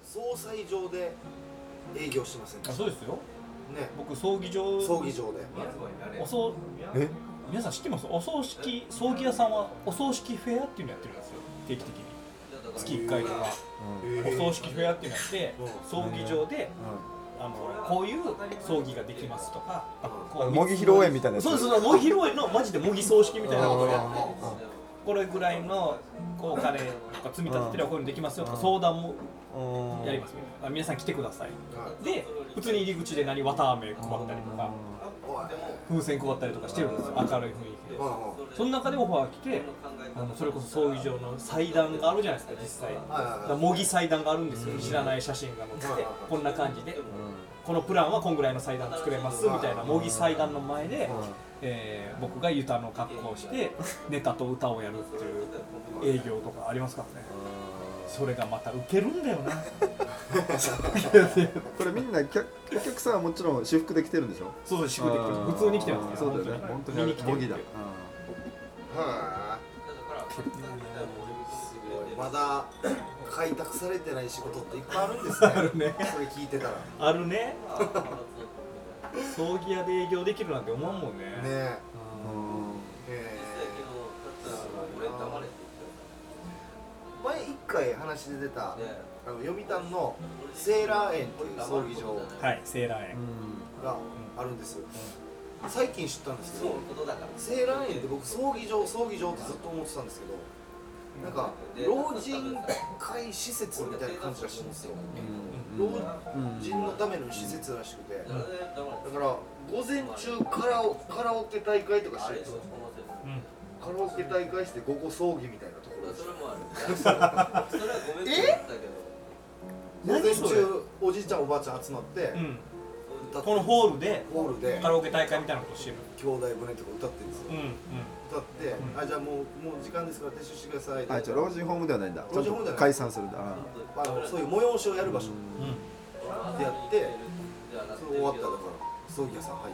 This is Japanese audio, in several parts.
葬祭場で営業してませんか？ そうですよね。 僕葬儀場で皆さん知ってます？お葬式葬儀屋さんはお葬式フェアっていうのやってるんですよ、定期的に月1回とか、お葬式フェアっていうのやって葬儀場でこういう葬儀ができますとか、 模擬披露宴みたいなやつ。 そうそう、模擬披露宴のマジで模擬葬式みたいなことをやって、これぐらいのお金とか積み立ててればこういうのできますよとか相談もやりますみたいな。皆さん来てください。で、普通に入り口で綿あめ配ったりとか風船配ったりとかしてるんですよ、明るい雰囲気で。その中でオファー来て、それこそ葬儀場の祭壇があるじゃないですか、実際模擬祭壇があるんですよ。知らない写真が載ってて、こんな感じでこのプランはこんぐらいの祭壇作れますみたいな模擬祭壇の前で、僕がユタの格好をしてネタと歌をやるっていう営業とかありますからね。それがまたウケるんだよなこれみんなお客さんはもちろん私服で来てるんでしょ？ そうそう、私服で来てる。普通に来てますね。 そうだよね、本当に模擬だ。 まだ開拓されてない仕事っていっぱいあるんですね。 あるね。 それ聞いてたら。 あるね。葬儀屋で営業できるなんて思うもんね。 ね。前一回話で出た読谷のセーラー園っていう葬儀場、 はい、セーラー園があるんですよ。最近知ったんですけど、セーラー園って僕葬儀場ってずっと思ってたんですけど、なんか老人会施設みたいな感じらしいんですよ。老人のための施設らしくて、だから午前中カラオケ大会とかしてるんですよ。カラオケ大会して午後葬儀みたいなところです。午前中おじいちゃんおばあちゃん集まって、 このホールでカラオケ大会みたいなことしてる。 兄弟船とか歌ってるんですよ。歌って、じゃあもう時間ですから撤収してください。 老人ホームではないんだ。 老人ホームではない。 解散するんだ。 そういう催しをやる場所でやって、それ終わったらだから葬儀屋さん入って、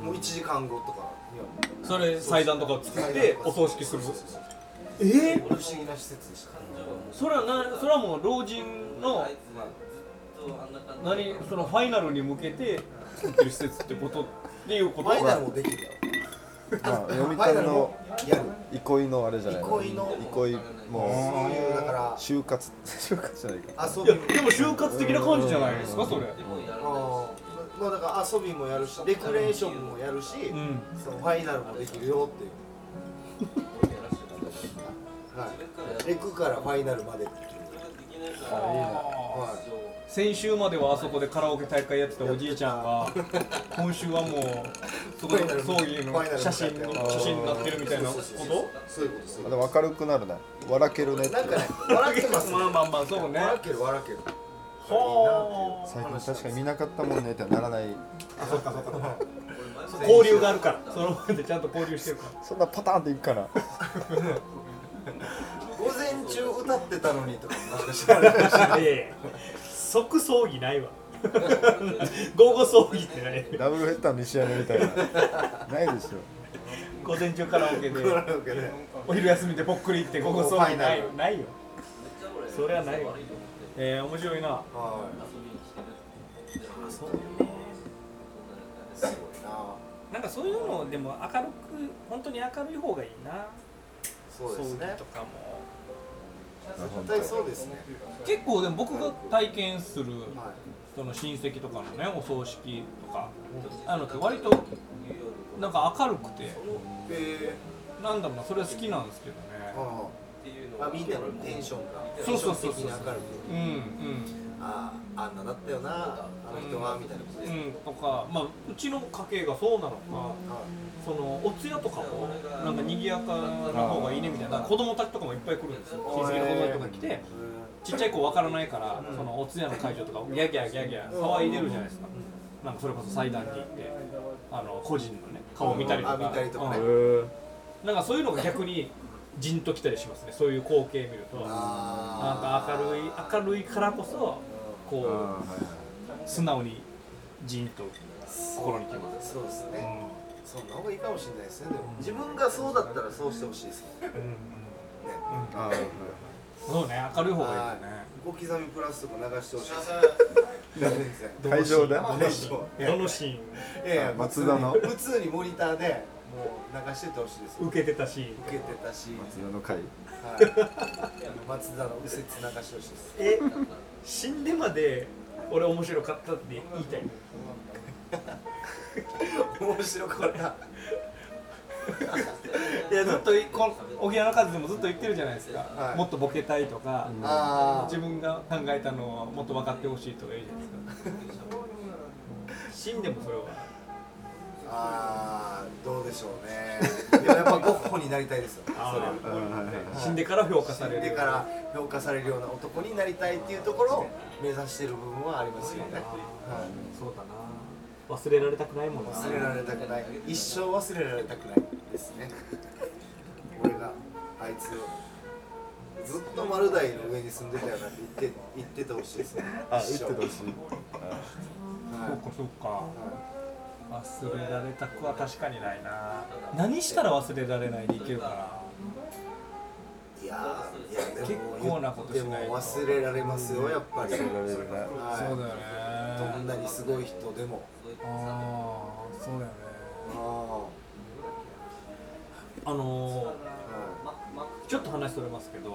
もう1時間後とかにはそれ祭壇とかを作ってお葬式する。不思議な施設でした。 それはもう老人のそのファイナルに向けて作ってる施設ってことっていうこと。 ファイナルもできるよ。 読谷の憩いのあれじゃないの。憩いもうそういうだから就活じゃないか。 いやでも就活的な感じじゃないですかそれ。 まあだから遊びもやるし、レクレーションもやるし、そのファイナルもできるよっていう。はい。レクからファイナルまで。 先週まではあそこでカラオケ大会やってたおじいちゃんが今週はもうそこの葬儀の写真になってるみたいなこと？ そういうことです。 でも明るくなるね。笑けるねって。 なんかね、笑けます。 まあそうね。 笑ける。 最近確かに見なかったもんねってならない。 そうか。交流があるから。その前でちゃんと交流してるから。 そんなパターンっていくかな。 午前中歌ってたのにとかもしかしたら。 即葬儀ないわ。午後葬儀ってない。 ダブルヘッダーの2試合目みたいな。ないでしょ。 午前中カラオケでお昼休みでぽっくり行って午後葬儀ないよ。それはないわ。面白いな。なんかそういうのでも明るく本当に明るい方がいいな。 そうですね。 葬儀とかも。 絶対そうですね。 結構でも僕が体験するその親戚とかのねお葬式とかって割となんか明るくて、なんだろうな、それは好きなんですけどね。 みんなのテンションがそう明るく、あんなだったよな、あの人はみたいなことで、 とか、うちの家系がそうなのか、そのお通夜とかもなんか賑やかな方がいいねみたいな、子供たちとかもいっぱい来るんですよ。親戚の子供たちとか来て、ちっちゃい子わからないから、そのお通夜の会場とかギャギャ騒いでるじゃないですか。なんかそれこそ祭壇に行って個人のね顔を見たりとか、なんかそういうのが逆にジンときたりしますね。そういう光景見ると、なんか明るいからこそこう素直にジンと心にきます。 そうですね。そんな方がいいかもしれないですね。でも自分がそうだったらそうしてほしいですもんね。 そうね、明るい方がいいよね。 小刻みプラスとか流してほしい会場でどのシーン？ いや松田の普通にモニターでもう流しててほしいです。 受けてたシーン。 受けてたし、 松田の会。 松田の右折流してほしいです。 死んでまで俺面白かったって言いたい。 面白かった。 いやずっと沖縄の数でもずっと言ってるじゃないですか、はい、もっとボケたいとか、自分が考えたのをもっと分かってほしいとか言うじゃないですか死んでもそれはどうでしょうね。やっぱゴッホになりたいですよ。 死んでから評価される、 死んでから評価されるような男になりたいっていうところを目指してる部分はありますよね。 そうだな。忘れられたくないもんな。 忘れられたくない。一生忘れられたくないですね。俺があいつずっと丸台の上に住んでたよなって言っててほしいですね。 言っててほしい。 そうか。忘れられたくは確かにないな。何したら忘れられないでいけるかな。 いや結構なことしないと。 でも忘れられますよ、やっぱり。 忘れられるね。 そうだよね。 どんなにすごい人でも。 そうだよね。ちょっと話それますけど、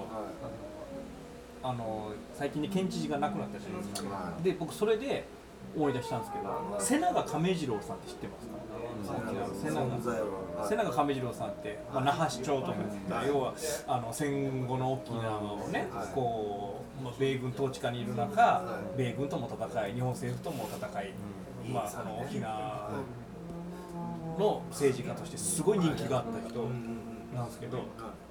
最近ね県知事が亡くなったじゃないですか。で僕それで思い出したんですけど、瀬長亀次郎さんって知ってますか？瀬長亀次郎さんって、那覇市長とか要は戦後の沖縄をね、こう米軍統治下にいる中、米軍とも戦い、日本政府とも戦い、沖縄の政治家としてすごい人気があった人なんですけど、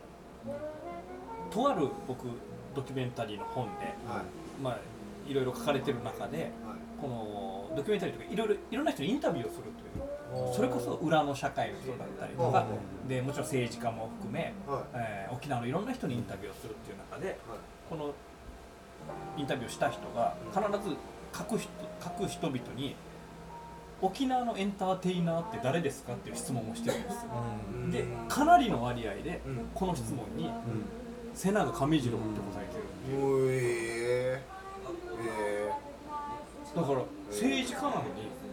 とある僕ドキュメンタリーの本で、いろいろ書かれてる中で、このドキュメンタリーとかいろんな人にインタビューをするという、それこそ裏の社会の人だったりとかで、もちろん政治家も含め、沖縄のいろんな人にインタビューをするっていう中で、このインタビューをした人が必ず各人々に沖縄のエンターテイナーって誰ですかっていう質問をしてるんですよ。でかなりの割合でこの質問に瀬長亀次郎って答えてる。だから政治家なのに、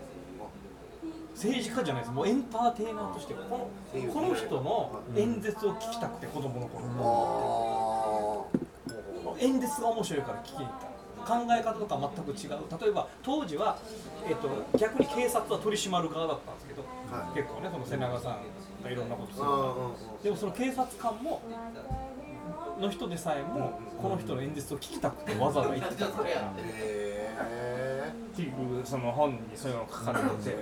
政治家じゃないです、もうエンターテイナーとしてこの人の演説を聞きたくて、子供の頃演説が面白いから聞きに行った。考え方とか全く違う。例えば当時は、逆に警察は取り締まる側だったんですけど、結構ね、この瀬長さんがいろんなことするから、でもその警察官もの人でさえもこの人の演説を聞きたくてわざわざ行ってたみたいなっていうその本にそういうのが書かれてて、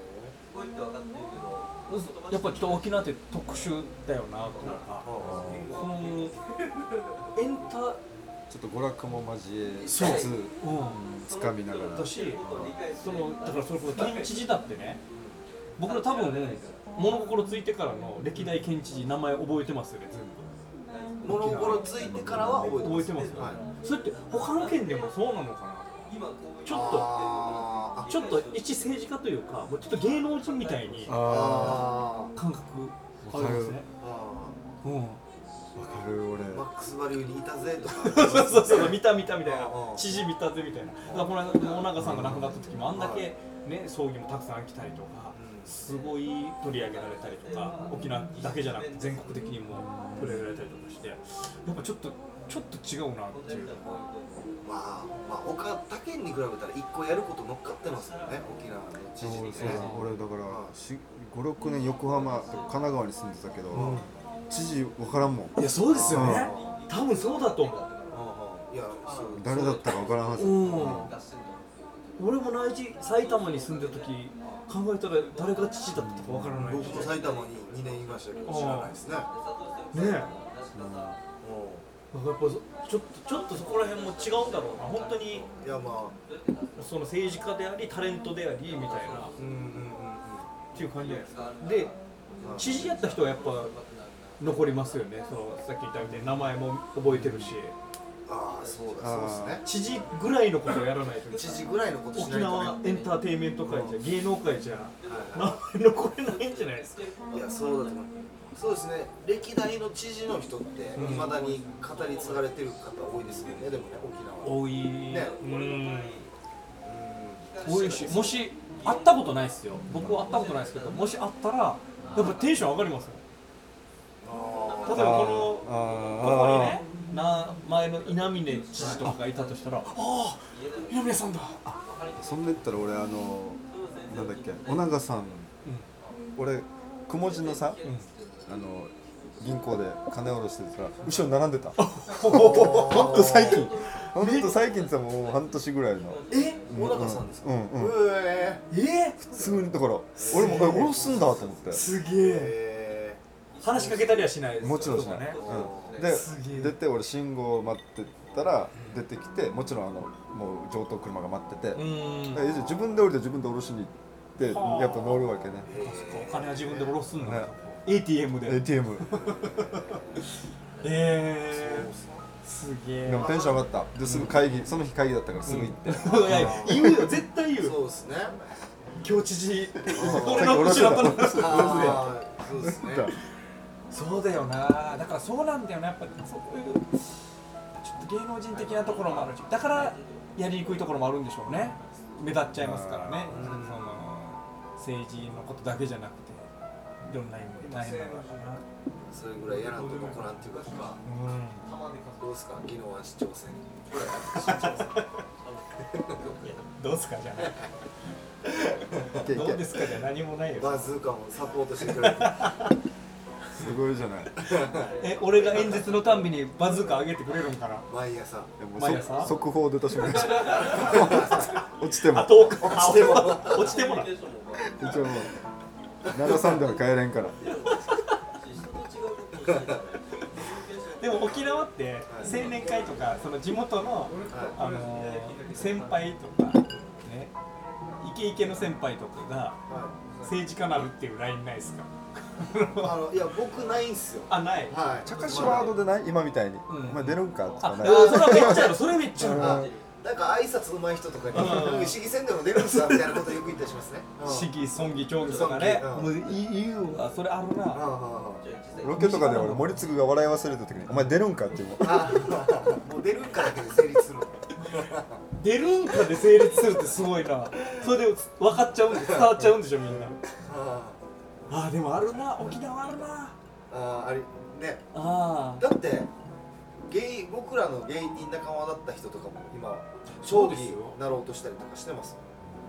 やっぱりちょっと沖縄って特殊だよなとか、このエンタちょっと娯楽も交えつつつかみながらだし、だからそれこそ県知事だってね、僕ら多分物心ついてからの歴代県知事名前覚えてますよね、全部。 物心ついてからは覚えてますよ、 それって他の県でもそうなのかな。ちょっと一政治家というか、ちょっと芸能人みたいに感覚あるんですね。 わかる。俺マックスバリューにいたぜとかそう見たみたいな、知事見たぜみたいな。だからこの大永さんが亡くなった時もあんだけね、葬儀もたくさん来たりとか、すごい取り上げられたりとか、沖縄だけじゃなくて全国的にも取り上げられたりとかして、やっぱちょっと違うなっていう。 他県に比べたら一個やること乗っかってますよね、沖縄の知事にね。 俺だから5、6年横浜とか神奈川に住んでたけど、知事分からんもん。 いやそうですよね、多分そうだと思う。 誰だったか分からんはず。 俺も内地埼玉に住んでる時考えたら誰が父だったかわからない。 僕も埼玉に2年いましたけど知らないですね。 やっぱちょっとそこら辺も違うんだろうな、本当に。その政治家でありタレントでありみたいなっていう感じじゃないですか。で知事やった人はやっぱ残りますよね。そのさっき言ったみたいに名前も覚えてるし。 そうですね。 知事ぐらいのことをやらないと。 知事ぐらいのことしないとね。 沖縄エンターテインメント界じゃ、芸能界じゃ名前残れないんじゃないですか。 いやそうだと思う。 そうですね、歴代の知事の人っていまだに語り継がれてる方多いですよね。でもね、沖縄多いね、 多いし、もし会ったことないですよ。僕は会ったことないですけど、もし会ったらやっぱテンション上がりますよ。例えばここにね、前の稲峰知事とかがいたとしたら、ああ、稲峰さんだ。 そんで言ったら俺なんだっけ、尾長さん、俺雲地のさ、銀行で金下ろしてたら後ろ並んでた。ほんと最近ってもう半年ぐらいの。 尾長さんですか？ 普通にだから俺も下ろすんだと思って。 すげえ。話しかけたりはしないです。 もちろんしない。で出て俺信号を待ってたら出てきて、もちろんもう上等車が待ってて、自分で降りて自分で下ろしに行ってやっぱ乗るわけね。 お金は自分で下ろすんだ。ATM で。 ATM。 すげえ。 でもテンション上がった。ですぐ会議、その日会議だったからすぐ行って。 言うよ、絶対言う。 そうですね。 今日知事、俺の後ろとのそうですね。 そうだよな。だからそうなんだよね。やっぱそういうちょっと芸能人的なところもあるし、だからやりにくいところもあるんでしょうね。目立っちゃいますからね。その政治のことだけじゃなくて、いろんな意味で大変なのかな。 それぐらいやらんと残らんっていうか、どうですか、宜野湾市長選。 どうですかじゃない。どうですかじゃ何もないよ。 バズーカもサポートしてくれる。 すごいじゃない。 俺が演説のたんびにバズーカ上げてくれるんかな。 毎朝。 速報出た瞬間。落ちても。 落ちてもな。 一応もう長さんでは帰れんから。 でも沖縄って青年会とかその地元の先輩とかね、イケイケの先輩とかが政治家なるっていうラインないですか？ いや僕ないんすよ。 あ、ない。 茶化しワードでない今みたいに。お前出るんかとかない。 それはめっちゃある。それめっちゃある。 なんか挨拶上手い人とかに市議選でも出るんすかみたいなことよく言ったりしますね。 市議、村議、町議とかね。もう言うわ。それあるな。 ロケとかで俺森次が笑い忘れた時にお前出るんかっていう。もう出るんかだけで成立する。 出るんかで成立するってすごいな。それで分かっちゃうんで伝わっちゃうんでしょみんな。あ、でもあるな、沖縄あるな。 あれね。だって僕らの芸人仲間だった人とかも今将棋になろうとしたりとかしてます。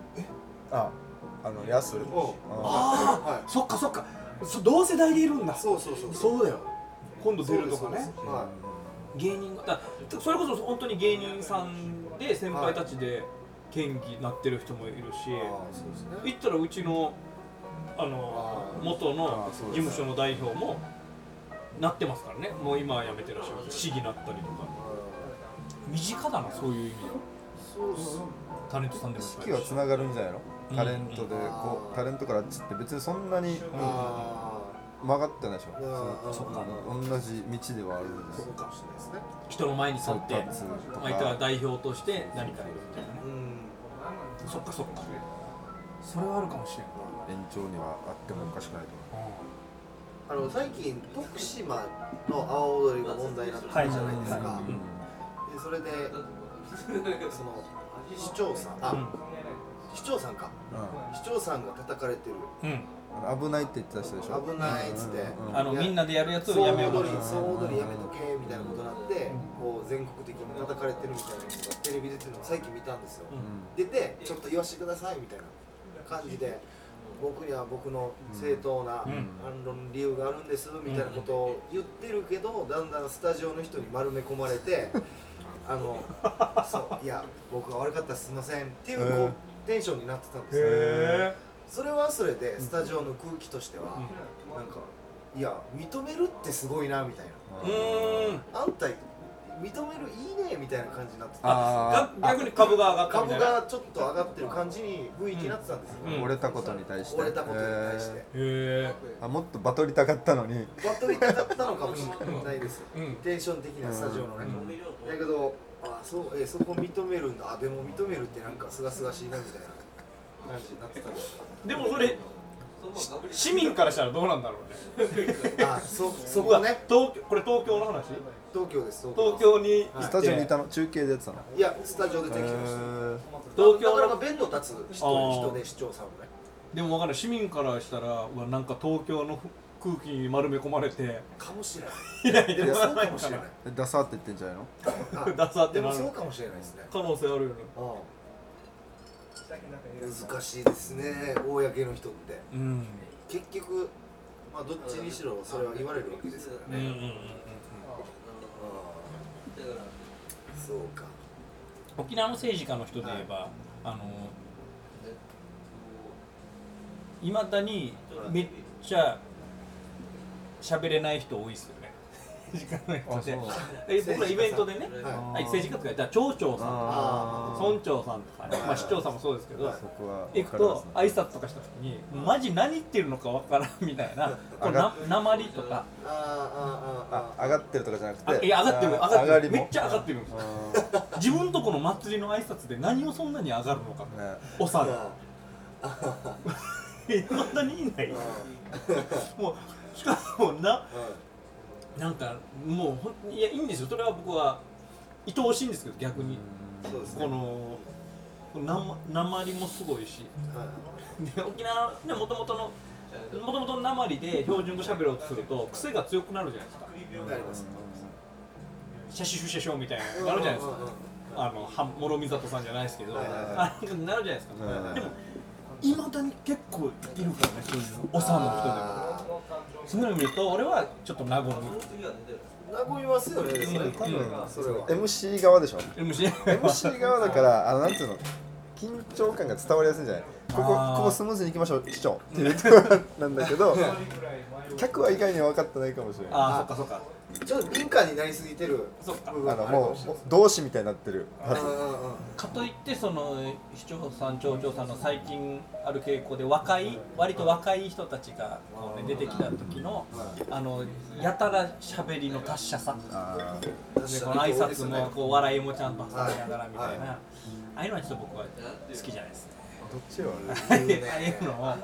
ヤス。 そっかそっか。同世代でいるんだ。 そうだよ。今度出るとかね。芸人がそれこそ本当に芸人さんで先輩たちで県議なってる人もいるし、言ったらうちの元の事務所の代表もなってますからね。もう今は辞めてらっしゃる市議なったりとか。身近だな、そういう意味で。タレントさんでも。 式はつながるんじゃないの？タレントでタレントからあっちって別にそんなに曲がってないでしょ。同じ道ではあるんですよ。 人の前に立って、相手は代表として何かやるみたいなね。そっかそっか。それはあるかもしれない。 延長にはあってもおかしくないと思う。最近徳島の阿波踊りが問題になってるじゃないですか。でそれでその市長さんか、市長さんが叩かれてる。 危ないって言ってた人でしょ。 危ないっつって、 みんなでやるやつをやめよう。 総踊りやめとけみたいなことになって、こう全国的に叩かれてるみたいな人がテレビ出てるのを最近見たんですよ。出てちょっと言わせてくださいみたいな感じで、僕には僕の正当な反論理由があるんですみたいなことを言ってるけど、だんだんスタジオの人に丸め込まれてそういや僕が悪かったらすいませんっていう、テンションになってたんですよ。それはそれでスタジオの空気としてはなんかいや認めるってすごいなみたいな、あんた認めるいいねみたいな感じになってた。 逆に株が上がったみたいな。 株がちょっと上がってる感じに雰囲気になってたんですよ。 折れたことに対して。 折れたことに対して。 もっとバトりたかったのに。 バトりたかったのかもしれないです。テンション的なスタジオのね。だけどそこ認めるんだ。でも認めるってなんかすがすがしいなみたいな感じになってたんです。 でもそれ市民からしたらどうなんだろうね。 あ、そこね。 これ東京の話？ 東京です。 東京に行ってスタジオにいたの？中継でやってたの？ いや、スタジオでできました。 東京なかなか弁の立つ人で視聴さんもね。 でも分からない、市民からしたらなんか東京の空気に丸め込まれてかもしれない。いや、そうかもしれない。 ダサって言ってんじゃないの？ ダサってなる。 でもそうかもしれないですね。 可能性あるよね。 難しいですね、公の人って。 うん。 結局、まあどっちにしろそれは言われるわけですからね。そうか。 沖縄の政治家の人で言えば、いまだにめっちゃ喋れない人多いですよね。僕らイベントでね、政治家とか、じゃあ町長さん、村長さんとかね、まあ市長さんもそうですけど、行くと挨拶とかした時にマジ何言ってるのかわからんみたいな、こう訛りとか、 上がってるとかじゃなくて、 いや上がってる、めっちゃ上がってるんですよ。自分とこの祭りの挨拶で何をそんなに上がるのか、おさが。いまだにいない。もうしかもなんかもういやいいんですよ、それは僕は愛おしいんですけど、逆にこの訛りもすごいし、で沖縄ね、もともとの訛りで標準語喋ろうとすると癖が強くなるじゃないですか。シャシュシャシュみたいなのがあるじゃないですか。諸見里さんじゃないですけど、あれになるじゃないですか。でもいまだに結構いるからね、そういうおさの人でも。そういうのを見ると俺はちょっと和みますよね。多分それは MC 側でしょ。 MC 側だからなんていうの、緊張感が伝わりやすいんじゃない？ここスムーズに行きましょう市長っていうところなんだけど、客は意外に分かってないかもしれない。 ああ、そっか。 ちょっと敏感になりすぎてる。 もう同志みたいになってる。 かといってその市長さん町長さんの最近ある傾向で割と若い人たちがこう、ね、出てきた時のやたら喋りの達者さ、でこの挨拶もこう笑いもちゃんと挟みながらみたいな、ああいうのはちょっと僕は好きじゃないですね。 どっちよ。 ああいうのを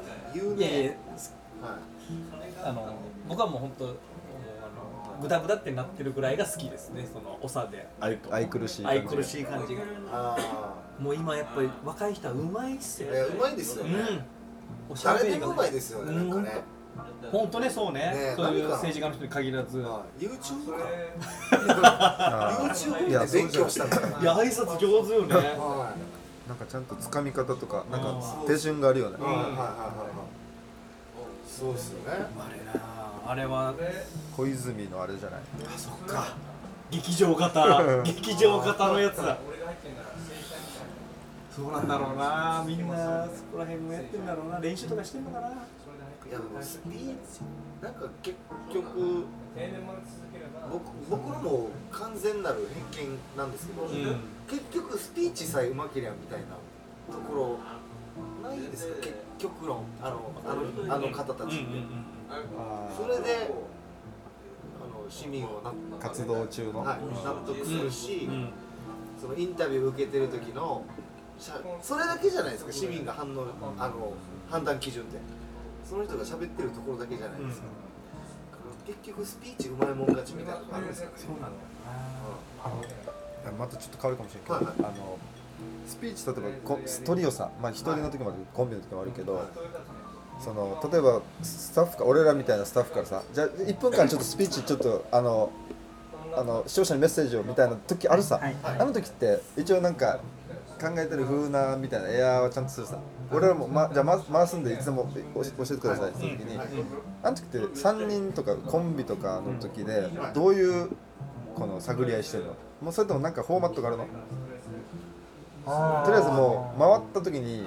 僕はもう本当グダグダってなってるぐらいが好きですね、その長で愛くるしい感じが。もう今やっぱり若い人はうまいっすよね。 うまいですよね。誰でもうまいですよね。なんかね。 本当ね、そうね。そういう政治家の人に限らず。 YouTube か。YouTube で勉強したんだ。 いや挨拶上手よね。 なんかちゃんとつかみ方とかなんか手順があるよね。 そうですよね。 あれは小泉のあれじゃない。 あ、そっか。劇場型のやつだ。そうなんだろうな。みんなそこら辺もやってんだろうな。練習とかしてんのかな。いやスピーチなんか結局僕のも完全なる偏見なんですけど、結局スピーチさえうまけりゃみたいなところないですか、結局論あの方たちって。それで市民を活動中の、 納得するし、そのインタビュー受けてる時のそれだけじゃないですか、市民が判断基準ってその人が喋ってるところだけじゃないですか。結局スピーチうまいもん勝ちみたいなのがあるんですかね。そうなんだ。 またちょっと変わるかもしれないけど、スピーチ例えばトリオさん、まあ一人の時もあるコンビの時もあるけど、その例えばスタッフか俺らみたいなスタッフからさ、じゃあ1分間ちょっとスピーチちょっと視聴者にメッセージをみたいな時あるさ、あの時って一応なんか考えてる風なみたいなエアーはちゃんとするさ、俺らも、じゃあ回すんでいつでも教えてくださいって時に、あの時って3人とかコンビとかの時でどういうこの探り合いしてるの？もうそれともなんかフォーマットがあるの？とりあえずもう回った時に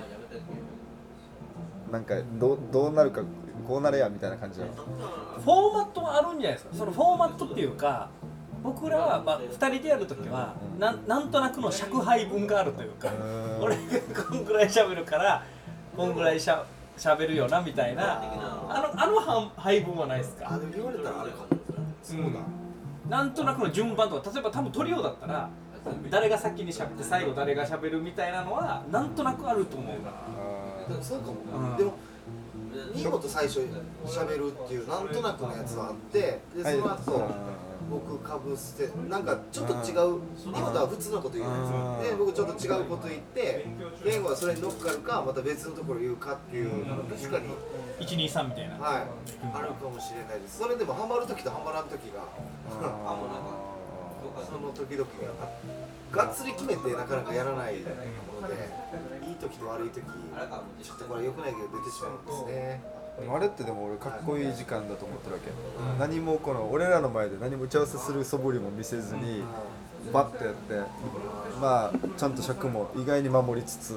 なんかどうなるかこうなれやみたいな感じなの？ フォーマットがあるんじゃないですか。そのフォーマットっていうか、僕らは2人でやるときはなんとなくの尺配分があるというか、俺がこんぐらい喋るからこんぐらい喋るよなみたいな配分はないですか？ 言われたらあるかも。そうだ。 なんとなくの順番とか、例えば多分トリオだったら誰が先に喋って最後誰が喋るみたいなのはなんとなくあると思うな。 そうかも。でも新本最初喋るっていうなんとなくのやつがあってでその後僕かぶせてなんかちょっと違う新本は普通のこと言うんですよで僕ちょっと違うこと言って言語はそれに乗っかるかまた別のところ言うかっていう確かに 123みたいなはいあるかもしれないですそれでもハマるときとハマらんときがその時々ががっつり決めてなかなかやらないのでいい時と悪い時ちょっとこれ良くないけど出てしまうんですねあれってでも俺かっこいい時間だと思ってるわけ、何もこの俺らの前で何も打ち合わせする素振りも見せずにバッとやってまあちゃんと尺も意外に守りつつ、そう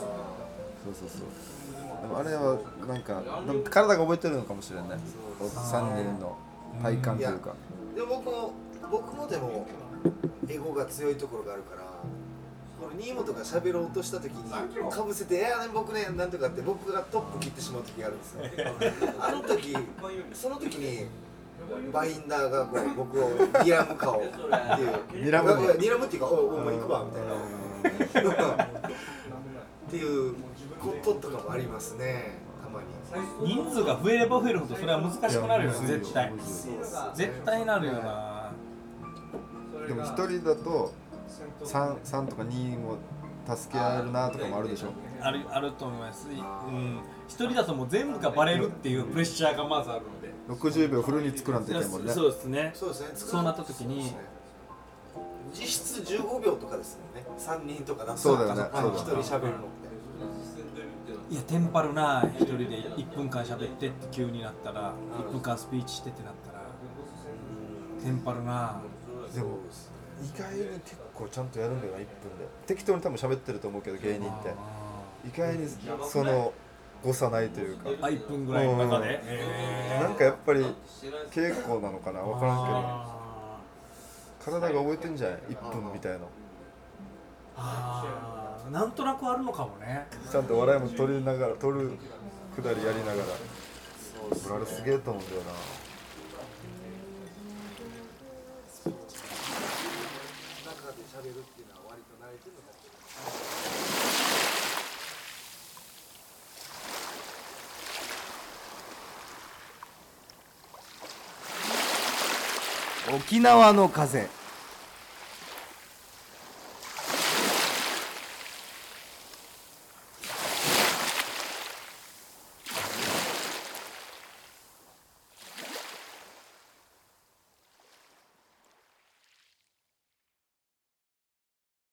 でもあれはなんか体が覚えてるのかもしれない3人の体感というかでも僕もでもエゴが強いところがあるからこの新本が喋ろうとした時にかぶせて「いや僕ねなんとか」って僕がトップ切ってしまう時があるんですよその時にバインダーがこう僕を睨む顔っていう睨むっていうか「お前行くわ」みたいなっていうこととかもありますねたまに人数が増えれば増えるほどそれは難しくなるよね絶対なるよなでも1人だと3とか2も助け合えるなとかもあるでしょあると思います、一人だともう全部がバレるっていうプレッシャーがまずあるので 60秒フルに作らんといけないもんねそうですねそうなった時に実質15秒とかですもんね3人とかだとそうだよね 1人喋るのっていやテンパるな1人で1分間喋ってって急になったら1分間スピーチしてってなったらテンパるなでも意外に結構ちゃんとやるんだよな1分で適当に多分喋ってると思うけど芸人って意外にその誤差ないというか 1分ぐらいの中でなんかやっぱり稽古なのかな分からんけど体が覚えてんじゃん1分みたいななんとなくあるのかもねちゃんと笑いも取るくだりやりながらあれすげえと思うんだよな喋るっていうのは割と慣れてるのかもしれない。沖縄の風